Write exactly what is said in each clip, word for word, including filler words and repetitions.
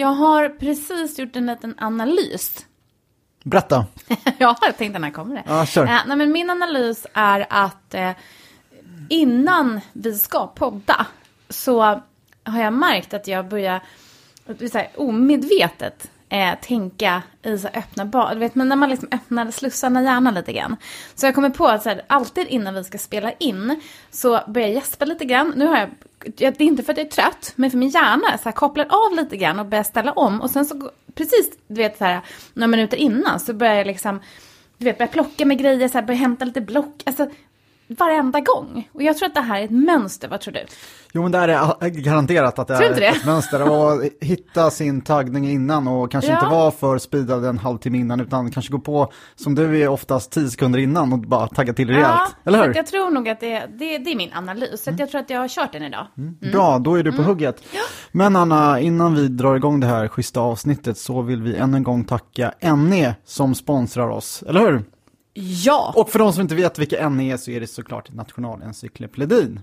jag har precis gjort en liten analys. Berätta. Ja, jag tänkte när kommer det. Ja, kör. Eh, nej, men min analys är att eh, innan vi ska podda så har jag märkt att jag börjar så här, omedvetet eh, tänka i så här, öppna bad. Du vet, men när man liksom öppnar slussarna hjärnan lite grann. Så jag kommer på att så här, alltid innan vi ska spela in så börjar jag gäspa lite grann. Nu har jag, det är inte för att jag är trött, men för min hjärna så här, kopplar av lite grann och börjar ställa om. Och sen så precis, du vet, så här, några minuter innan så börjar jag liksom, du vet, börja plocka med grejer, så här, börja hämta lite block. Alltså varenda gång. Och jag tror att det här är ett mönster, vad tror du? Jo, men det är garanterat att det tror är det? ett mönster. Att hitta sin taggning innan och kanske ja. inte vara för speedad en halvtimme innan, utan kanske gå på, som du är oftast tio sekunder innan och bara tagga till rejält. Ja, eller hur? Jag tror nog att det, det, det är min analys. Så mm. att jag tror att jag har kört den idag. Mm. Mm. Bra, då är du på mm. hugget. Ja. Men Anna, innan vi drar igång det här schyssta avsnittet så vill vi än en gång tacka N E som sponsrar oss, eller hur? Ja. Och för de som inte vet vilka N E är så är det såklart Nationalencyklopedin.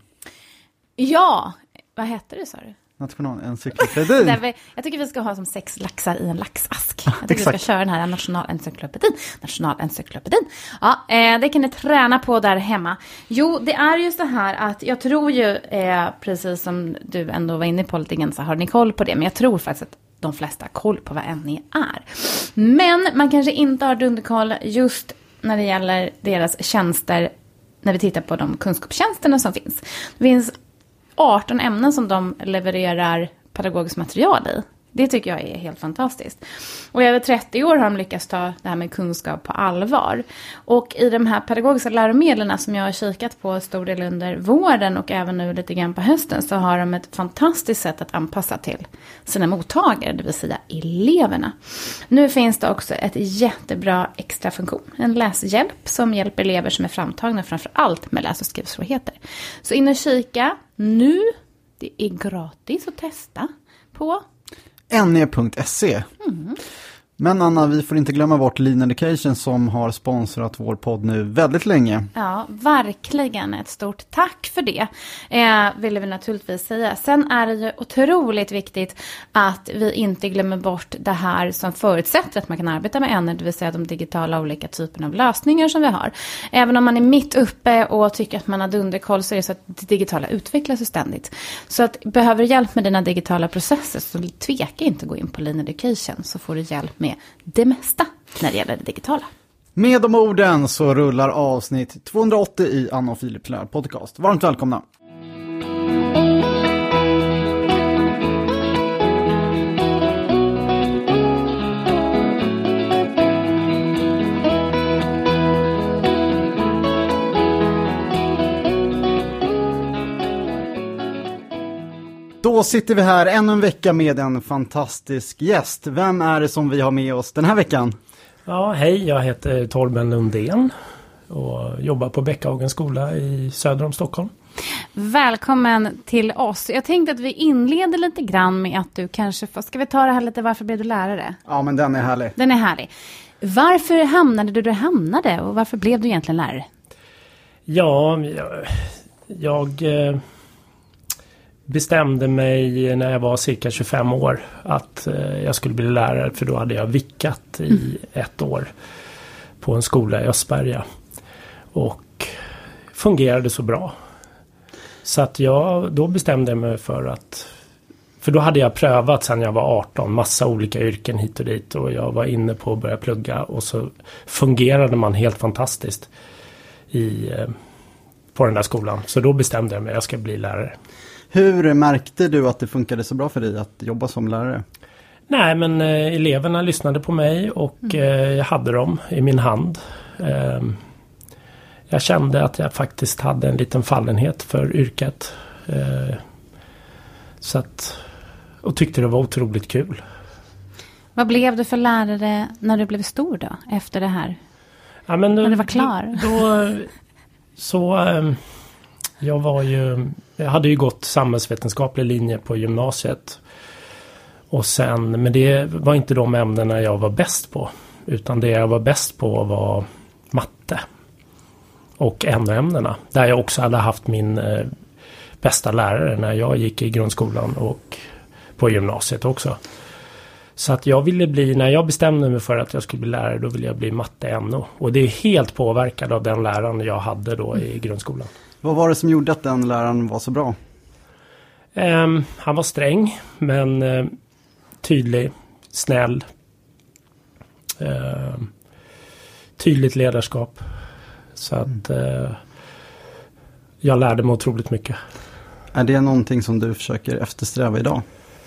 Ja, vad heter det, sa du? Nationalencyklopedin. Jag tycker vi ska ha som sex laxar i en laxask. Jag tycker Exakt. vi ska köra den här Nationalencyklopedin. Nationalencyklopedin. Ja, eh, det kan ni träna på där hemma. Jo, det är ju så här att jag tror ju, eh, precis som du ändå var inne på lite grann, så har ni koll på det. Men jag tror faktiskt att de flesta har koll på vad N E är. Men man kanske inte har dunderkoll just när det gäller deras tjänster, när vi tittar på de kunskapstjänsterna som finns. Det finns arton ämnen som de levererar pedagogiskt material i. Det tycker jag är helt fantastiskt. Och i över trettio år har de lyckats ta det här med kunskap på allvar. Och i de här pedagogiska läromedlen som jag har kikat på stor del under våren och även nu lite grann på hösten, så har de ett fantastiskt sätt att anpassa till sina mottagare, det vill säga eleverna. Nu finns det också ett jättebra extra funktion, en läshjälp som hjälper elever som är framtagna framför allt med läs- och skrivsvårigheter. Så in och kika nu, det är gratis att testa på N E punkt se. Mm. Men Anna, vi får inte glömma bort Lean Education som har sponsrat vår podd nu väldigt länge. Ja, verkligen ett stort tack för det, eh, vill vi naturligtvis säga. Sen är det ju otroligt viktigt att vi inte glömmer bort det här som förutsätter att man kan arbeta med N E, det vill säga de digitala olika typerna av lösningar som vi har. Även om man är mitt uppe och tycker att man har dunderkoll, så är det så att det digitala utvecklas ständigt. Så att behöver du hjälp med dina digitala processer, så tveka inte att gå in på Lean Education, så får du hjälp med det mesta när det gäller det digitala. Med de orden så rullar avsnitt tvåhundraåttio i Anna och Philips lärarpodcast. Varmt välkomna! Då sitter vi här ännu en vecka med en fantastisk gäst. Vem är det som vi har med oss den här veckan? Ja, hej, jag heter Torben Lundén och jobbar på Bäckhagens skola i söder om Stockholm. Välkommen till oss. Jag tänkte att vi inleder lite grann med att du kanske får... Ska vi ta det här lite, varför blev du lärare? Ja, men den är härlig. Den är härlig. Varför hamnade du där du hamnade och varför blev du egentligen lärare? Ja, jag... jag bestämde mig när jag var cirka tjugofem år att eh, jag skulle bli lärare, för då hade jag vickat i mm. ett år på en skola i Östberga och fungerade så bra. Så att jag, då bestämde jag mig för att, för då hade jag prövat sedan jag var arton massa olika yrken hit och dit, och jag var inne på att börja plugga, och så fungerade man helt fantastiskt i, eh, på den där skolan. Så då bestämde jag mig att jag ska bli lärare. Hur märkte du att det funkade så bra för dig att jobba som lärare? Nej, men eh, eleverna lyssnade på mig och mm. eh, jag hade dem i min hand. Eh, jag kände att jag faktiskt hade en liten fallenhet för yrket. Eh, så att, och tyckte det var otroligt kul. Vad blev du för lärare när du blev stor då, efter det här? Ja, men då, när du var klar? Då, då så... Eh, Jag var ju, jag hade ju gått samhällsvetenskaplig linje på gymnasiet. Och sen, men det var inte de ämnena jag var bäst på. Utan det jag var bäst på var matte. Och N O-ämnena. Där jag också hade haft min eh, bästa lärare när jag gick i grundskolan och på gymnasiet också. Så att jag ville bli, när jag bestämde mig för att jag skulle bli lärare, då ville jag bli matte N O. Och det är helt påverkad av den läraren jag hade då i grundskolan. Vad var det som gjorde att den läraren var så bra? Um, han var sträng, men uh, tydlig, snäll. Uh, tydligt ledarskap. Så att uh, jag lärde mig otroligt mycket. Är det någonting som du försöker eftersträva idag?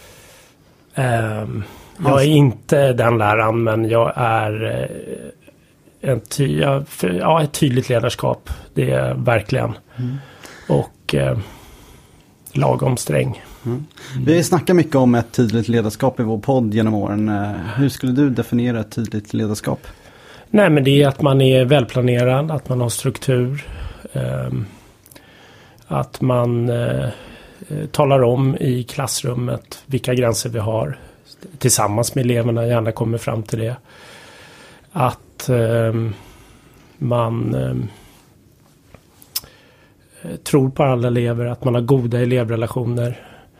Um, jag är inte den läraren, men jag är uh, en ty- jag, för, ja, ett tydligt ledarskap. Det är verkligen. Mm. Och uh, lagom sträng. Mm. Vi har snackat mycket om ett tydligt ledarskap i vår podd genom åren. Hur skulle du definiera ett tydligt ledarskap? Nej, men det är att man är välplanerad, att man har struktur. Um, att man uh, talar om i klassrummet vilka gränser vi har. Tillsammans med eleverna gärna kommer fram till det. Att um, man um, tror på alla elever, att man har goda elevrelationer.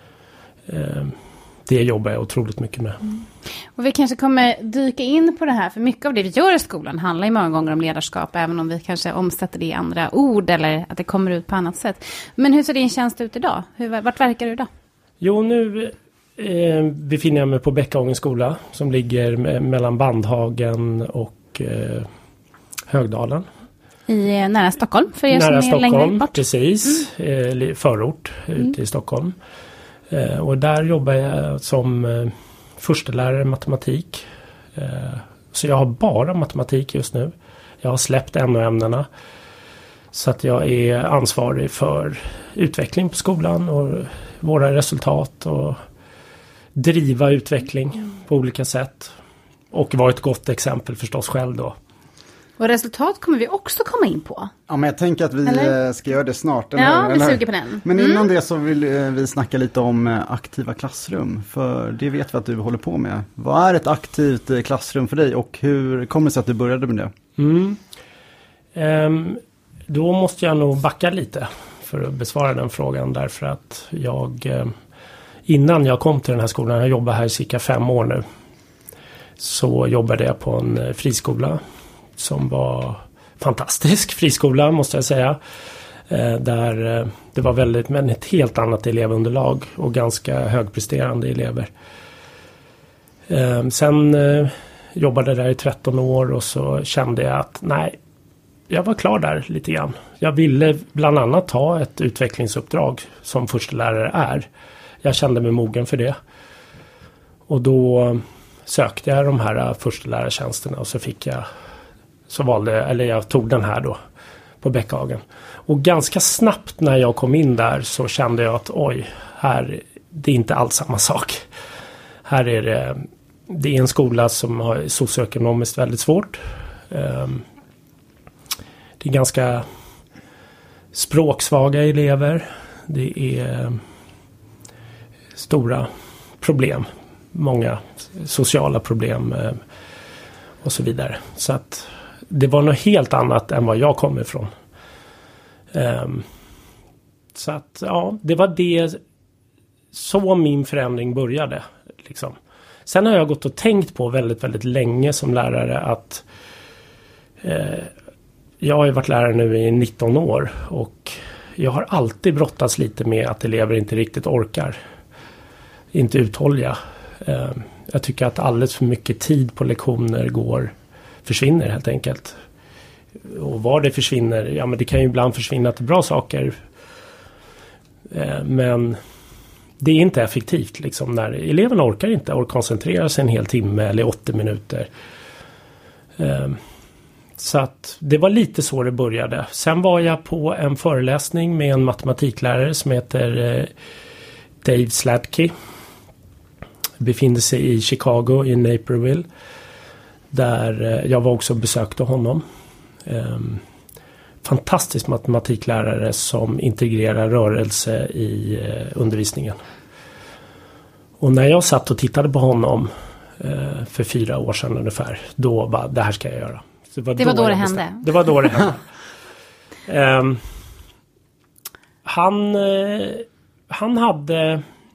Um, det jobbar jag otroligt mycket med. Mm. Och vi kanske kommer dyka in på det här, för mycket av det vi gör i skolan handlar ju många gånger om ledarskap, även om vi kanske omsätter det i andra ord eller att det kommer ut på annat sätt. Men hur ser din tjänst ut idag? Hur, vart verkar du idag? Jo, nu eh, befinner jag mig på Bäckhagens skola som ligger me- mellan Bandhagen och eh, Högdalen. I eh, nära Stockholm, för er nära som är Stockholm, längre bort. Precis. Mm. Eh, förort mm. ute i Stockholm. Eh, och där jobbar jag som eh, förstelärare i matematik. Eh, så jag har bara matematik just nu. Jag har släppt N O-ämnena. Så att jag är ansvarig för utveckling på skolan och våra resultat och driva utveckling på olika sätt. Och vara ett gott exempel förstås själv då. Och resultat kommer vi också komma in på. Ja, men jag tänker att vi eller? ska göra det snart. Eller? Ja, vi suger på den. Men innan mm. det så vill vi snacka lite om aktiva klassrum. För det vet vi att du håller på med. Vad är ett aktivt klassrum för dig och hur kommer det sig att du började med det? Mm. Um, då måste jag nog backa lite för att besvara den frågan. Därför att jag, innan jag kom till den här skolan, jag jobbar här i cirka fem år nu. Så jobbade jag på en friskola. Som var fantastisk friskola måste jag säga. Eh, där eh, det var väldigt, men ett helt annat elevunderlag och ganska högpresterande elever. Eh, sen eh, jobbade där i tretton år och så kände jag att nej, jag var klar där lite grann. Jag ville bland annat ta ett utvecklingsuppdrag som förstelärare är. Jag kände mig mogen för det. Och då sökte jag de här förstelärartjänsterna och så fick jag Så valde, eller jag tog den här då på Bäckhagen. Och ganska snabbt när jag kom in där så kände jag att oj, här det är inte alls samma sak. Här är det, det är en skola som har socioekonomiskt väldigt svårt. Det är ganska språksvaga elever. Det är stora problem. Många sociala problem och så vidare. Så att det var något helt annat än vad jag kom ifrån. Um, så att ja, det var det så min förändring började. Liksom. Sen har jag gått och tänkt på väldigt, väldigt länge som lärare att eh, jag har ju varit lärare nu i nitton år och jag har alltid brottats lite med att elever inte riktigt orkar. Inte uthålliga. Eh, jag tycker att alldeles för mycket tid på lektioner går försvinner helt enkelt. Och var det försvinner, ja men det kan ju ibland försvinna till bra saker. Eh, men det är inte effektivt liksom när eleverna orkar inte och koncentrerar sig en hel timme eller åttio minuter. Eh, så att det var lite så det började. Sen var jag på en föreläsning med en matematiklärare som heter eh, Dave Sladky. Befinner sig i Chicago i Naperville. Där jag var också besökte honom. Um, fantastisk matematiklärare som integrerar rörelse i uh, undervisningen. Och när jag satt och tittade på honom uh, för fyra år sedan ungefär, då bara, det här ska jag göra. Så det var det då, var då det hände. hände. Det var då det hände. um, han, uh, han hade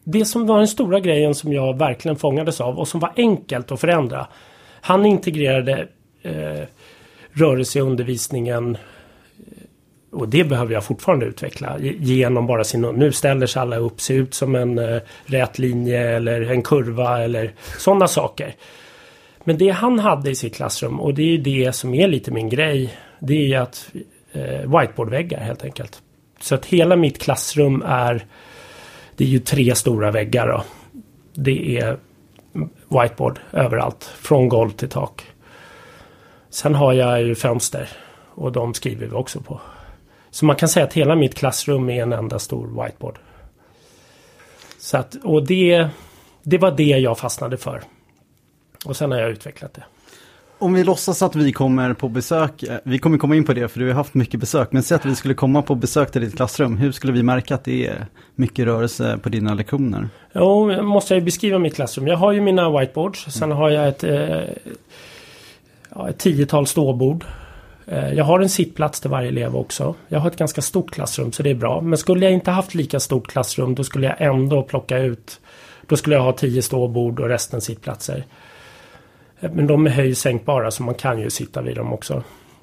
det som var den stora grejen som jag verkligen fångades av och som var enkelt att förändra. Han integrerade eh, rörelse i undervisningen, och det behöver jag fortfarande utveckla genom bara sin... Nu ställer sig alla upp, ser ut som en eh, rät linje eller en kurva eller sådana saker. Men det han hade i sitt klassrum, och det är det som är lite min grej, det är att eh, whiteboardväggar helt enkelt. Så att hela mitt klassrum är, det är ju tre stora väggar då. Det är whiteboard överallt, från golv till tak. Sen har jag ju fönster, och de skriver vi också på. Så man kan säga att hela mitt klassrum är en enda stor whiteboard. Så att, och det, det var det jag fastnade för. Och sen har jag utvecklat det. Om vi låtsas att vi kommer på besök, vi kommer komma in på det för du har haft mycket besök, men säg att vi skulle komma på besök till ditt klassrum, hur skulle vi märka att det är mycket rörelse på dina lektioner? Jo, jag måste jag beskriva mitt klassrum. Jag har ju mina whiteboards, sen har jag ett, eh, ja, ett tiotal ståbord. Eh, jag har en sittplats till varje elev också. Jag har ett ganska stort klassrum, så det är bra. Men skulle jag inte haft lika stort klassrum, då skulle jag ändå plocka ut, då skulle jag ha tio ståbord och resten sittplatser. Men de är höjsänkbara, så man kan ju sitta vid dem också.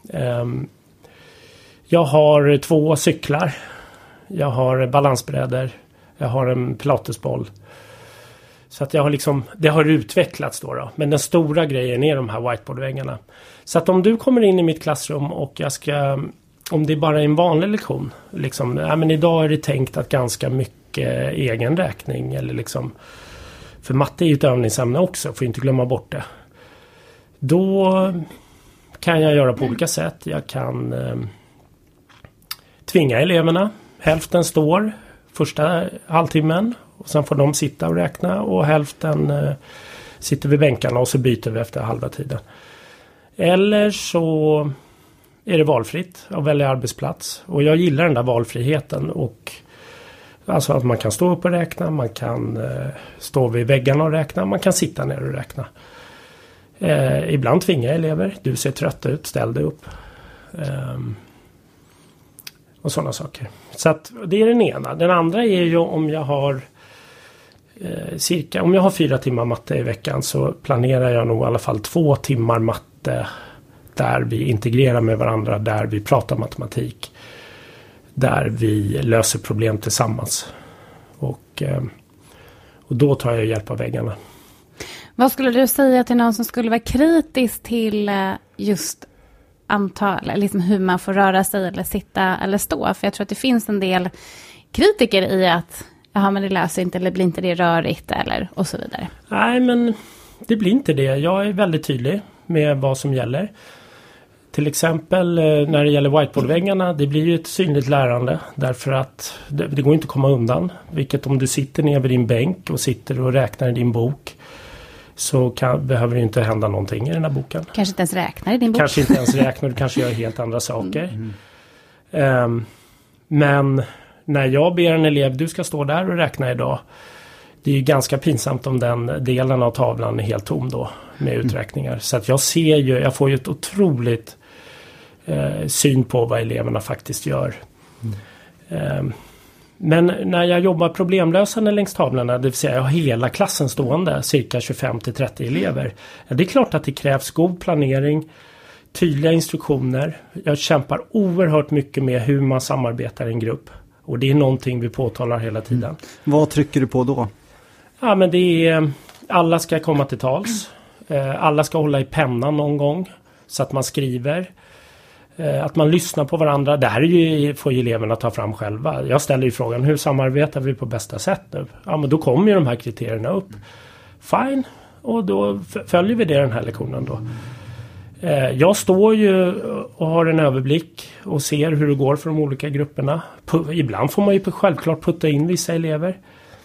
Jag har två cyklar. Jag har balansbrädor. Jag har en pilatesboll. Så att jag har liksom, det har utvecklats då, då. Men den stora grejen är de här whiteboardväggarna. Så att om du kommer in i mitt klassrum och jag ska, om det är bara en vanlig lektion. Liksom, ja, men idag är det tänkt att ganska mycket egen räkning. Eller liksom, för matte är ju ett övningsämne också, får inte glömma bort det. Då kan jag göra på olika sätt. Jag kan eh, tvinga eleverna. Hälften står första halvtimmen. Och sen får de sitta och räkna. Och hälften eh, sitter vid bänkarna och så byter vi efter halva tiden. Eller så är det valfritt att välja arbetsplats. Och jag gillar den där valfriheten. Och alltså att man kan stå upp och räkna. Man kan eh, stå vid väggarna och räkna. Man kan sitta ner och räkna. Eh, ibland tvingar elever. Du ser trött ut, ställ dig upp. Eh, och sådana saker. Så att det är den ena. Den andra är ju om jag har eh, cirka, om jag har fyra timmar matte i veckan, så planerar jag nog i alla fall två timmar matte där vi integrerar med varandra, där vi pratar matematik, där vi löser problem tillsammans. Och, eh, och då tar jag hjälp av väggarna. Vad skulle du säga till någon som skulle vara kritisk till just antal, liksom hur man får röra sig eller sitta eller stå? För jag tror att det finns en del kritiker i att ja, men det löser inte eller blir inte det rörigt eller och så vidare. Nej, men det blir inte det. Jag är väldigt tydlig med vad som gäller. Till exempel när det gäller whiteboardväggarna, det blir ju ett synligt lärande därför att det, det går inte att komma undan. Vilket om du sitter ner vid din bänk och sitter och räknar i din bok, så kan, behöver det inte hända någonting i den här boken. Kanske inte ens räknar i din bok. Kanske inte ens räknar, du kanske gör helt andra saker. Mm. Um, men när jag ber en elev, du ska stå där och räkna idag. Det är ju ganska pinsamt om den delen av tavlan är helt tom då med uträkningar. Mm. Så att jag ser ju, jag får ju ett otroligt eh, syn på vad eleverna faktiskt gör. Mm. Um, Men när jag jobbar problemlösande längs tavlorna, det vill säga jag har hela klassen stående, cirka tjugofem till trettio elever. Ja, det är klart att det krävs god planering, tydliga instruktioner. Jag kämpar oerhört mycket med hur man samarbetar i en grupp. Och det är någonting vi påtalar hela tiden. Mm. Vad trycker du på då? Ja, men det är, alla ska komma till tals. Alla ska hålla i pennan någon gång så att man skriver. Att man lyssnar på varandra. Det här är ju, får ju eleverna ta fram själva. Jag ställer ju frågan, hur samarbetar vi på bästa sätt nu? Ja, men då kommer ju de här kriterierna upp. Fine. Och då följer vi det den här lektionen då. Jag står ju och har en överblick och ser hur det går för de olika grupperna. Ibland får man ju självklart putta in vissa elever.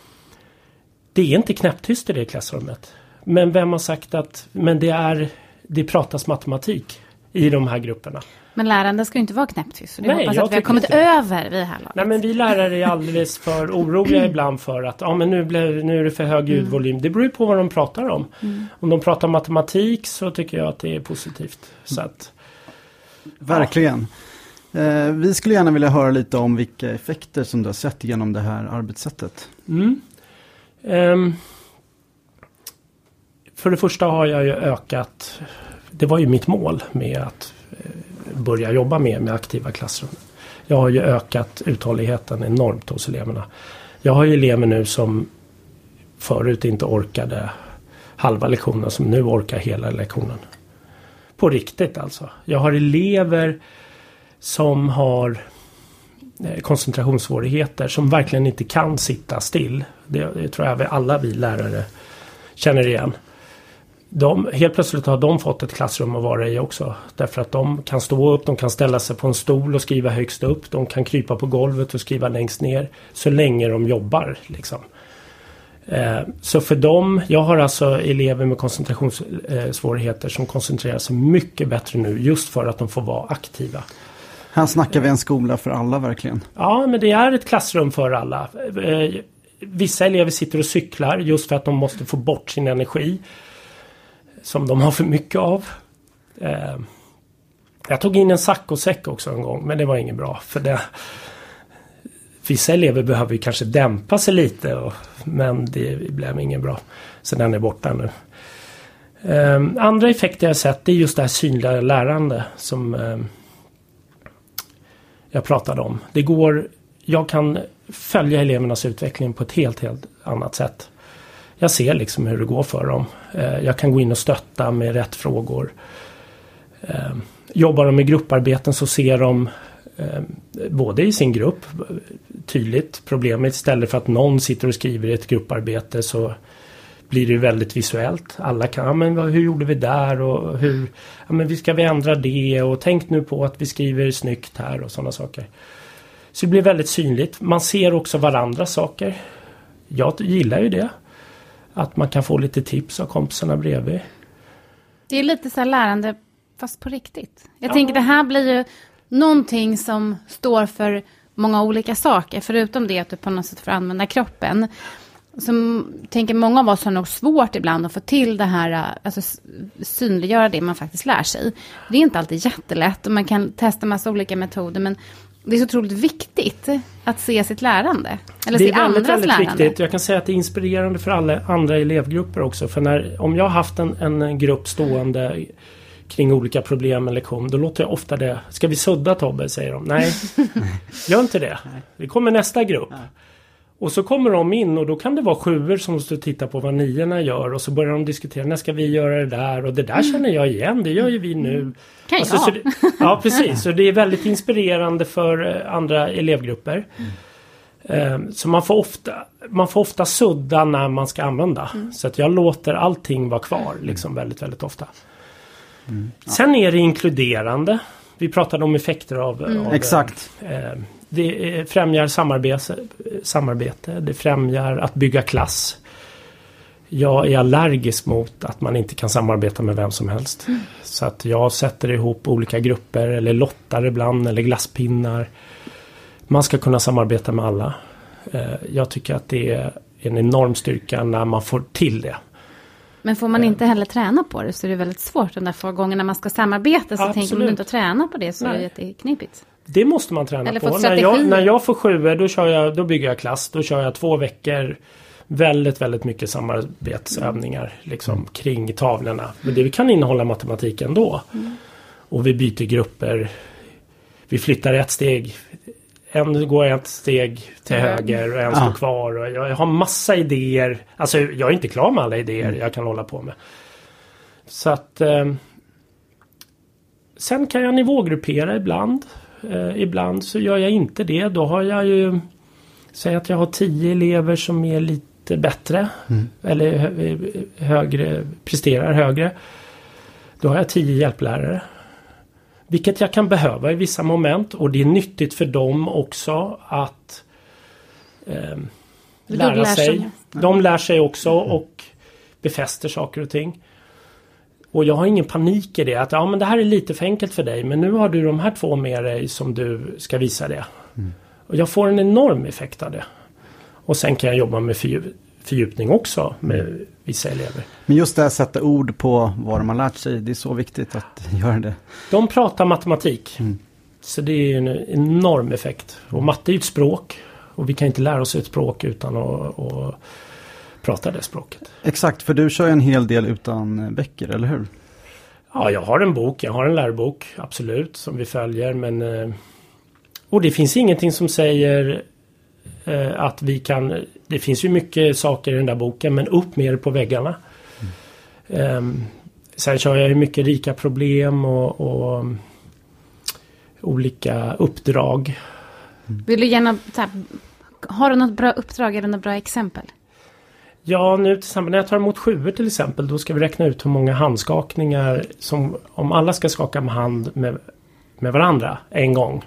Det är inte knäpptyst i det klassrummet. Men vem har sagt att men det är det pratas matematik i de här grupperna. Men lärande ska ju inte vara knäpptyst. Så det Nej, hoppas att vi har kommit inte. över vid det här laget. Nej, men vi lärare är alldeles för oroliga ibland för att ja, men nu, blev, nu är det för hög ljudvolym. Mm. Det beror ju på vad de pratar om. Mm. Om de pratar matematik så tycker jag att det är positivt. Så att, Verkligen. Ja. Eh, vi skulle gärna vilja höra lite om vilka effekter som du har sett genom det här arbetssättet. Mm. Um, för det första har jag ju ökat, det var ju mitt mål med att börja jobba mer med aktiva klassrum. Jag har ju ökat uthålligheten enormt hos eleverna. Jag har ju elever nu som förut inte orkade halva lektionen som nu orkar hela lektionen. På riktigt alltså. Jag har elever som har koncentrationssvårigheter som verkligen inte kan sitta still. Det, det tror jag alla vi lärare känner igen. De, helt plötsligt har de fått ett klassrum att vara i också. Därför att de kan stå upp, de kan ställa sig på en stol och skriva högst upp. De kan krypa på golvet och skriva längst ner. Så länge de jobbar liksom. Eh, så för dem, jag har alltså elever med koncentrationssvårigheter som koncentrerar sig mycket bättre nu. Just för att de får vara aktiva. Här snackar vi en skola för alla verkligen. Ja, men det är ett klassrum för alla. Eh, vissa elever sitter och cyklar just för att de måste få bort sin energi. Som de har för mycket av. Eh, jag tog in en saccosäck också en gång. Men det var inget bra. För det, vissa elever behöver ju kanske dämpa sig lite. Och, men det blev inget bra. Så den är borta nu. Eh, andra effekter jag har sett. Det är just det här synliga lärande. Som eh, jag pratade om. Det går, jag kan följa elevernas utveckling på ett helt, helt annat sätt. Jag ser liksom hur det går för dem. Jag kan gå in och stötta med rätt frågor. Jobbar de med grupparbeten så ser de både i sin grupp tydligt problemet. Istället för att någon sitter och skriver i ett grupparbete så blir det väldigt visuellt. Alla kan, ja, men hur gjorde vi där och hur, ja, men vi ska vi ändra det och tänk nu på att vi skriver snyggt här och sådana saker. Så det blir väldigt synligt. Man ser också varandra saker. Jag gillar ju det. Att man kan få lite tips av kompisarna bredvid. Det är lite så här lärande fast på riktigt. Jag ja. tänker det här blir ju någonting som står för många olika saker. Förutom det att du på något sätt får använda kroppen. Som tänker många av oss har nog svårt ibland att få till det här. Alltså synliggöra det man faktiskt lär sig. Det är inte alltid jättelätt och man kan testa massa olika metoder. Men det är så otroligt viktigt att se sitt lärande. Eller se andras lärande. Det är väldigt, väldigt viktigt. Jag kan säga att det är inspirerande för alla andra elevgrupper också. För när, om jag har haft en, en grupp stående kring olika problem med lektion. Då låter jag ofta det. Ska vi sudda, Tobbe, säger de. Nej, gör inte det. Det kommer nästa grupp. Och så kommer de in och då kan det vara sjuor som måste titta på vad niorna gör. Och så börjar de diskutera, när ska vi göra det där? Och det där känner jag igen, det gör ju vi nu. Kan alltså, så det, ja, precis. Så det är väldigt inspirerande för andra elevgrupper. Mm. Så man får, ofta, man får ofta sudda när man ska använda. Mm. Så att jag låter allting vara kvar liksom väldigt, väldigt ofta. Mm. Ja. Sen är det inkluderande. Vi pratade om effekter av... Mm. av Exakt. Eh, Det främjar samarbete, samarbete. Det främjar att bygga klass. Jag är allergisk mot att man inte kan samarbeta med vem som helst. Mm. Så att jag sätter ihop olika grupper eller lottar ibland eller glasspinnar. Man ska kunna samarbeta med alla. Jag tycker att det är en enorm styrka när man får till det. Men får man inte heller träna på det så är det väldigt svårt. De där få gångerna man ska samarbeta så tänker man inte att träna på det så Nej. är det jätteknipigt. Det måste man träna Eller på. När jag, när jag får sjuor då, kör jag, då bygger jag klass. Då kör jag två veckor väldigt, väldigt mycket samarbetsövningar liksom, mm. kring tavlorna. Men det kan innehålla matematik ändå. Mm. Och vi byter grupper. Vi flyttar ett steg. En går ett steg till mm. höger och en står ah. kvar. Och jag har massa idéer. Alltså jag är inte klar med alla idéer mm. jag kan hålla på med. Så att... Eh, sen kan jag nivågruppera ibland. Eh, ibland så gör jag inte det. Då har jag ju... Säg att jag har tio elever som är lite bättre. Mm. Eller hö, högre, presterar högre. Då har jag tio hjälplärare. Vilket jag kan behöva i vissa moment. Och det är nyttigt för dem också att eh, lära lär sig. sig. De lär sig också och befäster saker och ting. Och jag har ingen panik i det. Att ja, men det här är lite för enkelt för dig. Men nu har du de här två med dig som du ska visa det. Mm. Och jag får en enorm effekt av det. Och sen kan jag jobba med fördjup- fördjupning också med mm. vissa elever. Men just det att sätta ord på vad de har lärt sig. Det är så viktigt att göra det. De pratar matematik. Mm. Så det är en enorm effekt. Och matte är ju ett språk. Och vi kan inte lära oss ett språk utan att, att pratar det språket. Exakt, för du kör en hel del utan böcker, eller hur? Ja, jag har en bok, jag har en lärobok, absolut, som vi följer. Men, och det finns ingenting som säger att vi kan... Det finns ju mycket saker i den där boken, men upp mer på väggarna. Mm. Um, sen kör jag ju mycket rika problem och, och olika uppdrag. Mm. Vill du gärna... Här, har du något bra uppdrag eller något bra exempel? Ja, nu till exempel när jag tar emot sjuor till exempel, då ska vi räkna ut hur många handskakningar som, om alla ska skaka med hand med, med varandra en gång.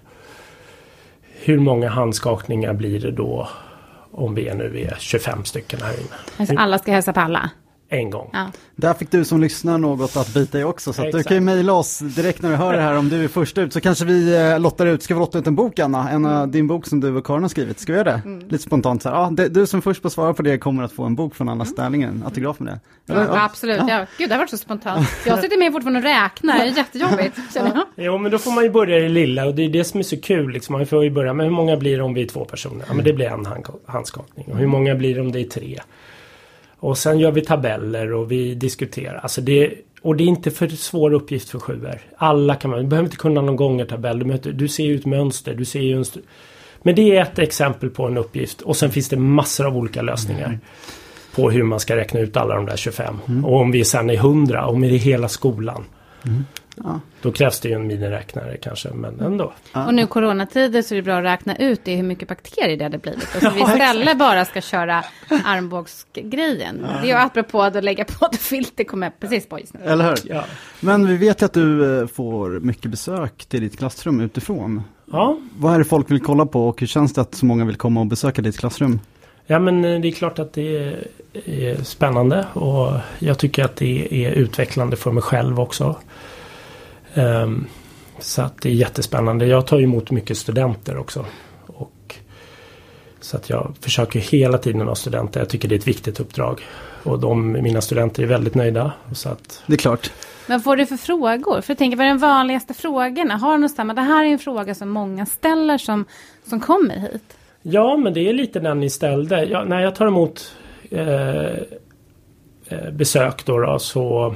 Hur många handskakningar blir det då om vi är nu är tjugofem stycken här inne? Alltså alla ska hälsa på alla? En gång. Ja. Där fick du som lyssnar något att bita i också. Så att du kan ju mejla oss direkt när du hör det här. Om du är först ut så kanske vi eh, lottar ut. Ska vi lotta ut en bok, Anna? En av mm. din bok som du och Karin har skrivit. Ska vi göra det? Mm. Lite spontant så här. Ja, det, du som först på svara på det kommer att få en bok från Anna mm. Sterling. En autograf med det. Eller, ja, ja. Absolut. Ja. Ja. Gud, det har varit så spontant. Jag sitter med fortfarande och räknar. Det är jättejobbigt. Känner jag. Jo, men då får man ju börja i lilla. Och det är det som är så kul. Liksom. Man får ju börja med hur många blir det om vi är två personer? Ja, men det blir en hand, handskakning. Och hur många blir det om det är tre? Och sen gör vi tabeller och vi diskuterar. Alltså det, och det är inte för svår uppgift för sjuor. Alla kan man, du behöver inte kunna någon gångertabell. Du, möter, du ser ju ett mönster. Du ser ju en st- Men det är ett exempel på en uppgift. Och sen finns det massor av olika lösningar. Mm. På hur man ska räkna ut alla de där tjugofem. Mm. Och om vi sen är hundra, om det är hela skolan. Mm. Ja. Då krävs det ju en miniräknare kanske, men ändå. Ja. Och nu coronatider så är det bra att räkna ut det, hur mycket bakterier det hade blivit. Och så vi istället bara ska köra armbågsgrejen. Ja. Det är ju apropå att lägga på att filter kommer precis på just nu. Eller hur? Ja. Men vi vet ju att du får mycket besök till ditt klassrum utifrån. Ja. Vad är det folk vill kolla på och hur känns det att så många vill komma och besöka ditt klassrum? Ja, men det är klart att det är spännande och jag tycker att det är utvecklande för mig själv också. Um, så att det är jättespännande. Jag tar emot mycket studenter också. Och så att jag försöker hela tiden ha studenter. Jag tycker det är ett viktigt uppdrag. Och de, mina studenter är väldigt nöjda. Så att... Det är klart. Vad får du för frågor? För jag tänker, vad är de vanligaste frågorna? Har du någonstans, det här är en fråga som många ställer som, som kommer hit. Ja, men det är lite den ni ställde. Jag, när jag tar emot eh, besök då, då så...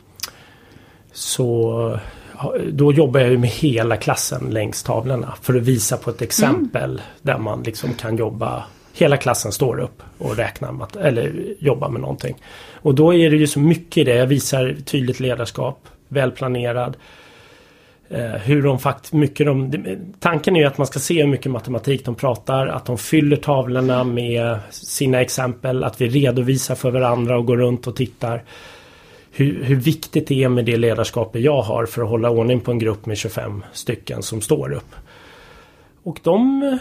Så då jobbar jag ju med hela klassen längs tavlorna för att visa på ett exempel mm. där man liksom kan jobba, hela klassen står upp och räknar med, eller jobbar med någonting. Och då är det ju så mycket i det. Jag visar tydligt ledarskap, välplanerad, eh, hur de faktiskt, mycket de, tanken är ju att man ska se hur mycket matematik de pratar, att de fyller tavlorna med sina exempel, att vi redovisar för varandra och går runt och tittar. Hur, hur viktigt det är med det ledarskapet jag har för att hålla ordning på en grupp med tjugofem stycken som står upp. Och de,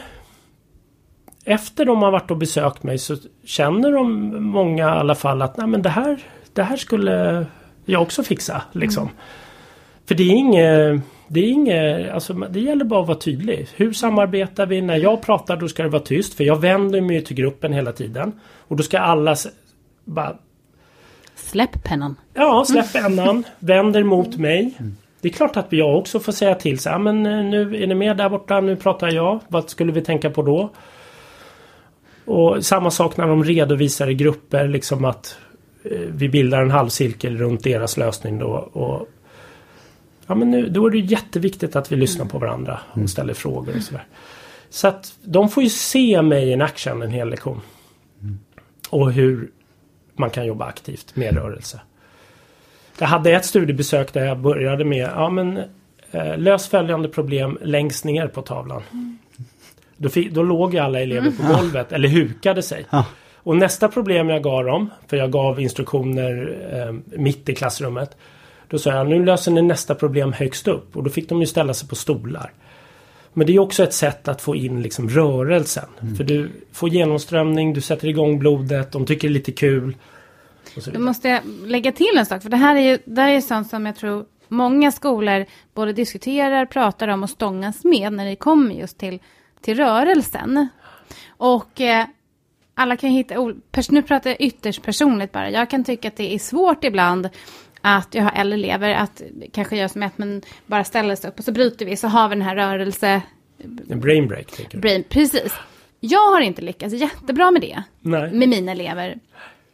efter de har varit och besökt mig så känner de många i alla fall att nej, men det, här, det här skulle jag också fixa. Liksom. Mm. För det är inget, det är inget, alltså det gäller bara att vara tydlig. Hur samarbetar vi? När jag pratar då ska det vara tyst, för jag vänder mig till gruppen hela tiden. Och då ska alla bara... Släpp pennan. Ja, släpp pennan. Vänder mot mig. Det är klart att jag också får säga till sig. Ja, men nu är ni med där borta. Nu pratar jag. Vad skulle vi tänka på då? Och samma sak när de redovisar i grupper. Liksom att eh, vi bildar en halvcirkel runt deras lösning då. Och, ja, men nu, då är det jätteviktigt att vi lyssnar på varandra. Och ställer frågor och sådär. Så att de får ju se mig in action en hel lektion. Och hur man kan jobba aktivt med rörelse. Jag hade ett studiebesök där jag började med ja, men, eh, lös följande problem längst ner på tavlan. Mm. Då, fick, då låg alla elever mm. på golvet eller hukade sig. Ah. Och nästa problem jag gav dem, för jag gav instruktioner eh, mitt i klassrummet. Då sa jag, nu löser ni nästa problem högst upp. Och då fick de ju ställa sig på stolar. Men det är också ett sätt att få in liksom rörelsen. Mm. För du får genomströmning, du sätter igång blodet, de tycker det är lite kul. Då måste jag lägga till en sak. För det här är ju det här är sånt som jag tror många skolor både diskuterar, pratar om och stångas med när det kommer just till, till rörelsen. Och eh, alla kan hitta, nu pratar jag ytterst personligt bara. Jag kan tycka att det är svårt ibland att jag har äldre elever att kanske göra som ett men bara ställa sig upp och så bryter vi så har vi den här rörelse. En brain break tänker du? Brain, precis. Jag har inte lyckats jättebra med det. Nej. Med mina elever.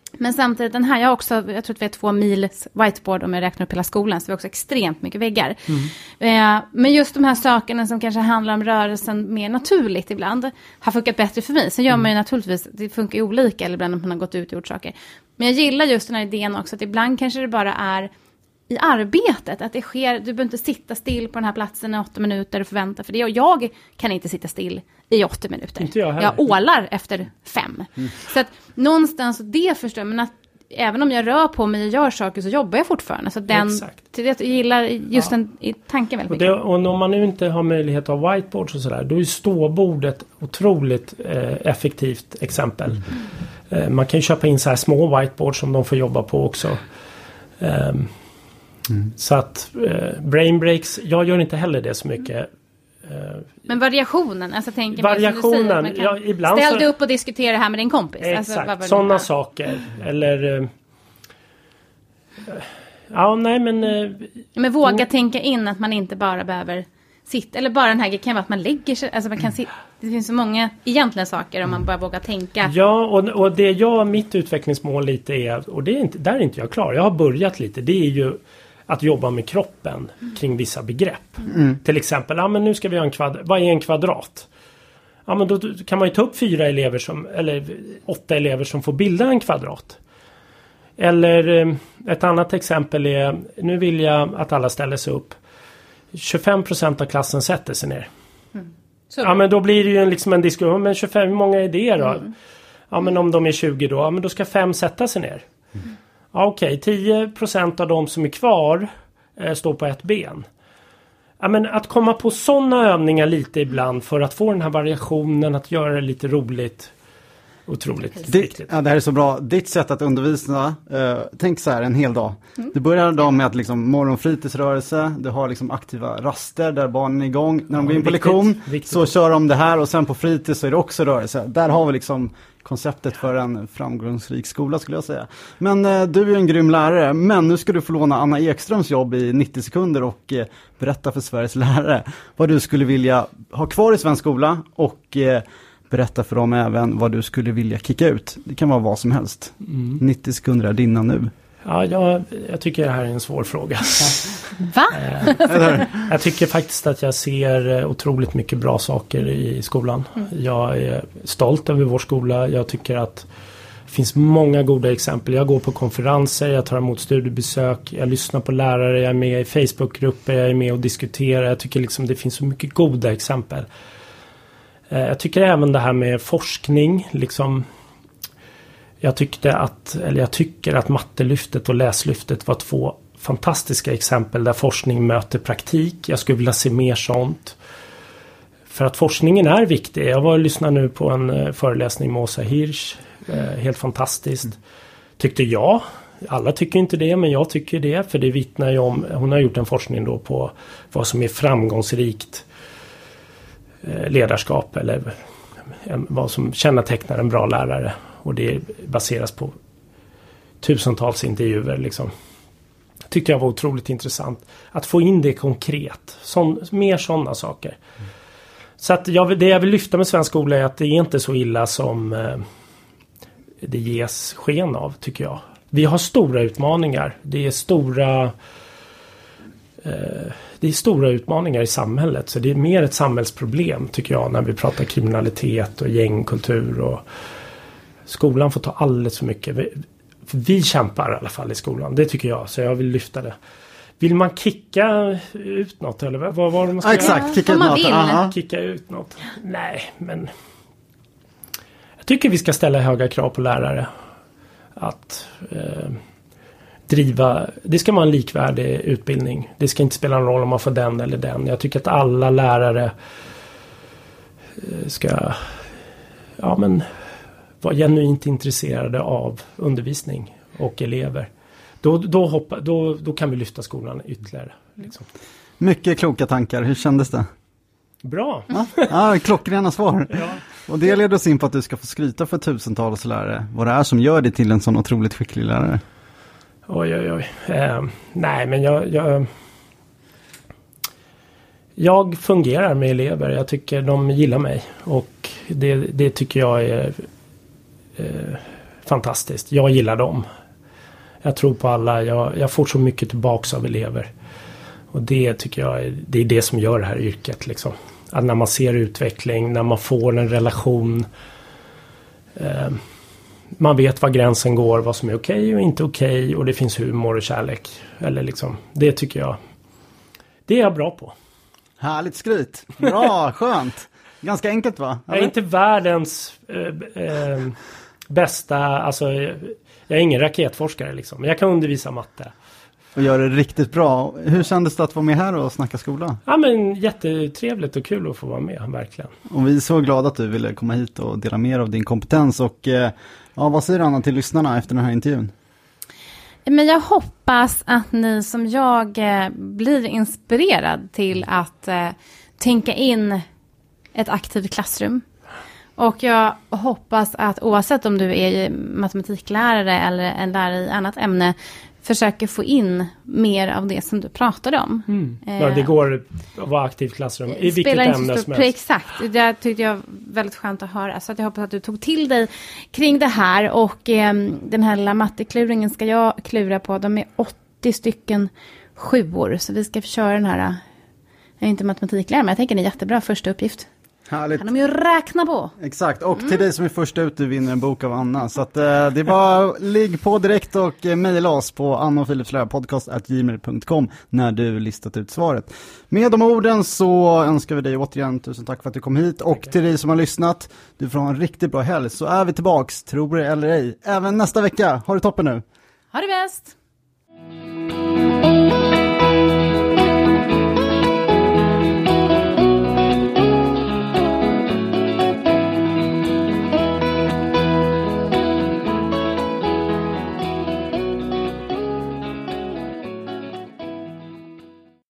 Men samtidigt, den här, jag har också, jag tror att vi har två mils whiteboard om jag räknar upp hela skolan, så vi har också extremt mycket väggar. Mm. Eh, men just de här sakerna som kanske handlar om rörelsen mer naturligt ibland, har funkat bättre för mig. Sen gör mm. man ju naturligtvis, det funkar ju olika, eller ibland om man har gått ut och gjort saker. Men jag gillar just den här idén också, att ibland kanske det bara är i arbetet, att det sker, du behöver inte sitta still på den här platsen i åtta minuter och förvänta för det. Och jag kan inte sitta still i åtta minuter. Inte jag heller. Jag ålar efter fem. Mm. Så att någonstans, det förstår jag, men att även om jag rör på mig och gör saker så jobbar jag fortfarande. Så den, till det, jag gillar just ja. den i tanken väldigt mycket. Och, det, och om man nu inte har möjlighet att ha whiteboards och sådär, då är ståbordet otroligt eh, effektivt exempel. Mm. Eh, man kan ju köpa in så här små whiteboards som de får jobba på också. Eh, Mm. Så att eh, brain breaks, jag gör inte heller det så mycket. Eh, Men variationen, alltså tänker variationen, man säger, ja, ibland ställ så, dig upp och diskutera det här med din kompis. Exakt, alltså, sådana saker. Eller eh, ja, nej men eh, men våga mm. tänka in att man inte bara behöver sitta, eller bara den här kan vara att man lägger sig, alltså man kan sitta, det finns så många egentligen saker om man bara vågar tänka. Ja, och, och det jag, mitt utvecklingsmål lite är, och det är inte, där är inte jag klar, jag har börjat lite, det är ju att jobba med kroppen kring vissa begrepp. Mm. Till exempel, ja men nu ska vi ha en kvadrat. Vad är en kvadrat? Ja men då kan man ju ta upp fyra elever som, eller åtta elever som får bilda en kvadrat. Eller ett annat exempel är, nu vill jag att alla ställer sig upp. tjugofem procent av klassen sätter sig ner. Mm. Ja men då blir det ju en, liksom en diskussion, men tjugofem, hur många är det då? Mm. Ja men om de är tjugo då, ja men då ska fem sätta sig ner. Mm. Okej, okay, tio procent av de som är kvar eh, står på ett ben. Ja, men att komma på sådana övningar lite ibland för att få den här variationen, att göra det lite roligt, otroligt viktigt. Ja, det här är så bra. Ditt sätt att undervisa, eh, tänk så här en hel dag. Mm. Du börjar dagen med att liksom morgonfritidsrörelse, du har liksom aktiva raster där barnen är igång. När de ja, går in på viktigt, lektion viktigt. Så kör de det här och sen på fritids så är det också rörelse. Där har vi liksom konceptet för en framgångsrik skola skulle jag säga. Men eh, du är ju en grym lärare, men nu ska du få låna Anna Ekströms jobb i nittio sekunder och eh, berätta för Sveriges lärare vad du skulle vilja ha kvar i svensk skola och eh, berätta för dem även vad du skulle vilja kicka ut. Det kan vara vad som helst. Mm. nittio sekunder är dina nu. Ja, jag, jag tycker det här är en svår fråga. Va? Eh, jag tycker faktiskt att jag ser otroligt mycket bra saker i skolan. Mm. Jag är stolt över vår skola. Jag tycker att det finns många goda exempel. Jag går på konferenser, jag tar emot studiebesök, jag lyssnar på lärare, jag är med i Facebookgrupper, jag är med och diskuterar. Jag tycker liksom det finns så mycket goda exempel. Eh, jag tycker även det här med forskning, liksom. Jag tyckte att, eller jag tycker att mattelyftet och läslyftet var två fantastiska exempel där forskning möter praktik. Jag skulle vilja se mer sånt. För att forskningen är viktig. Jag var och lyssnade nu på en föreläsning med Åsa Hirsch. Eh, helt fantastiskt. Tyckte jag. Alla tycker inte det, men jag tycker det. För det vittnar ju om, hon har gjort en forskning då på vad som är framgångsrikt eh, ledarskap. Eller en, vad som kännetecknar en bra lärare. Och det baseras på tusentals intervjuer. Liksom. Tyckte jag var otroligt intressant. Att få in det konkret. Sån, mer sådana saker. Mm. Så att jag, det jag vill lyfta med svensk skola är att det är inte så illa som eh, det ges sken av, tycker jag. Vi har stora utmaningar. Det är stora, eh, det är stora utmaningar i samhället. Så det är mer ett samhällsproblem, tycker jag, när vi pratar kriminalitet och gängkultur och skolan får ta alldeles för mycket. Vi, för vi kämpar i alla fall i skolan. Det tycker jag. Så jag vill lyfta det. Vill man kicka ut något? Eller vad var det man ska Exakt, göra? kicka ut man något. Vill. Aha. Kicka ut något. Nej, men jag tycker vi ska ställa höga krav på lärare. Att eh, driva... Det ska vara en likvärdig utbildning. Det ska inte spela någon roll om man får den eller den. Jag tycker att alla lärare eh, ska... Ja, men... var genuint intresserade av undervisning och elever. Då, då, hoppa, då, då kan vi lyfta skolan ytterligare. Liksom. Mycket kloka tankar. Hur kändes det? Bra. Ja, ja klockrena svar. Ja. Och det leder oss in på att du ska få skryta för tusentals lärare. Vad det är som gör dig till en sån otroligt skicklig lärare. Oj, oj, oj. Eh, nej, men jag... jag Jag fungerar med elever. Jag tycker de gillar mig. Och det, det tycker jag är eh, fantastiskt. Jag gillar dem. Jag tror på alla. Jag, jag får så mycket tillbaks av elever. Och det tycker jag är, det är det som gör det här yrket. Liksom. Att när man ser utveckling, när man får en relation. Eh, man vet var gränsen går, vad som är okej och inte okej. Och det finns humor och kärlek. Eller liksom, det tycker jag. Det är jag bra på. Härligt skryt. Bra, skönt. Ganska enkelt va? Eller? Jag är inte världens eh, eh, bästa, alltså jag är ingen raketforskare liksom. Men jag kan undervisa matte. Och gör det riktigt bra. Hur kändes det att vara med här och snacka skola? Ja men jättetrevligt och kul att få vara med, verkligen. Och vi är så glada att du ville komma hit och dela mer av din kompetens. Och eh, ja, vad säger Anna till lyssnarna efter den här intervjun? Men jag hoppas att ni som jag eh, blir inspirerad till att eh, tänka in ett aktivt klassrum. Och jag hoppas att oavsett om du är matematiklärare eller en lärare i annat ämne försöker få in mer av det som du pratade om. Mm. Ja, det går att vara aktiv klassrum i vilket ämne som helst. Exakt, det tyckte jag var väldigt skönt att höra. Så att jag hoppas att du tog till dig kring det här. Och eh, den här lilla mattekluringen ska jag klura på. De är åttio stycken sjuor. Så vi ska köra den här, jag är inte matematiklärare men jag tänker det är en jättebra första uppgift. Härligt. Kan de ju räkna på. Exakt, och mm. till dig som är först ut, du vinner en bok av Anna. Så att, eh, det är bara ligg på direkt och eh, mejla oss på anna och philips lärarpodcast at gmail punkt com när du listat ut svaret. Med de orden så önskar vi dig återigen tusen tack för att du kom hit. Och okay. till dig som har lyssnat, du får ha en riktigt bra helg. Så är vi tillbaks, tror det eller ej, även nästa vecka. Ha det toppen nu. Ha det bäst.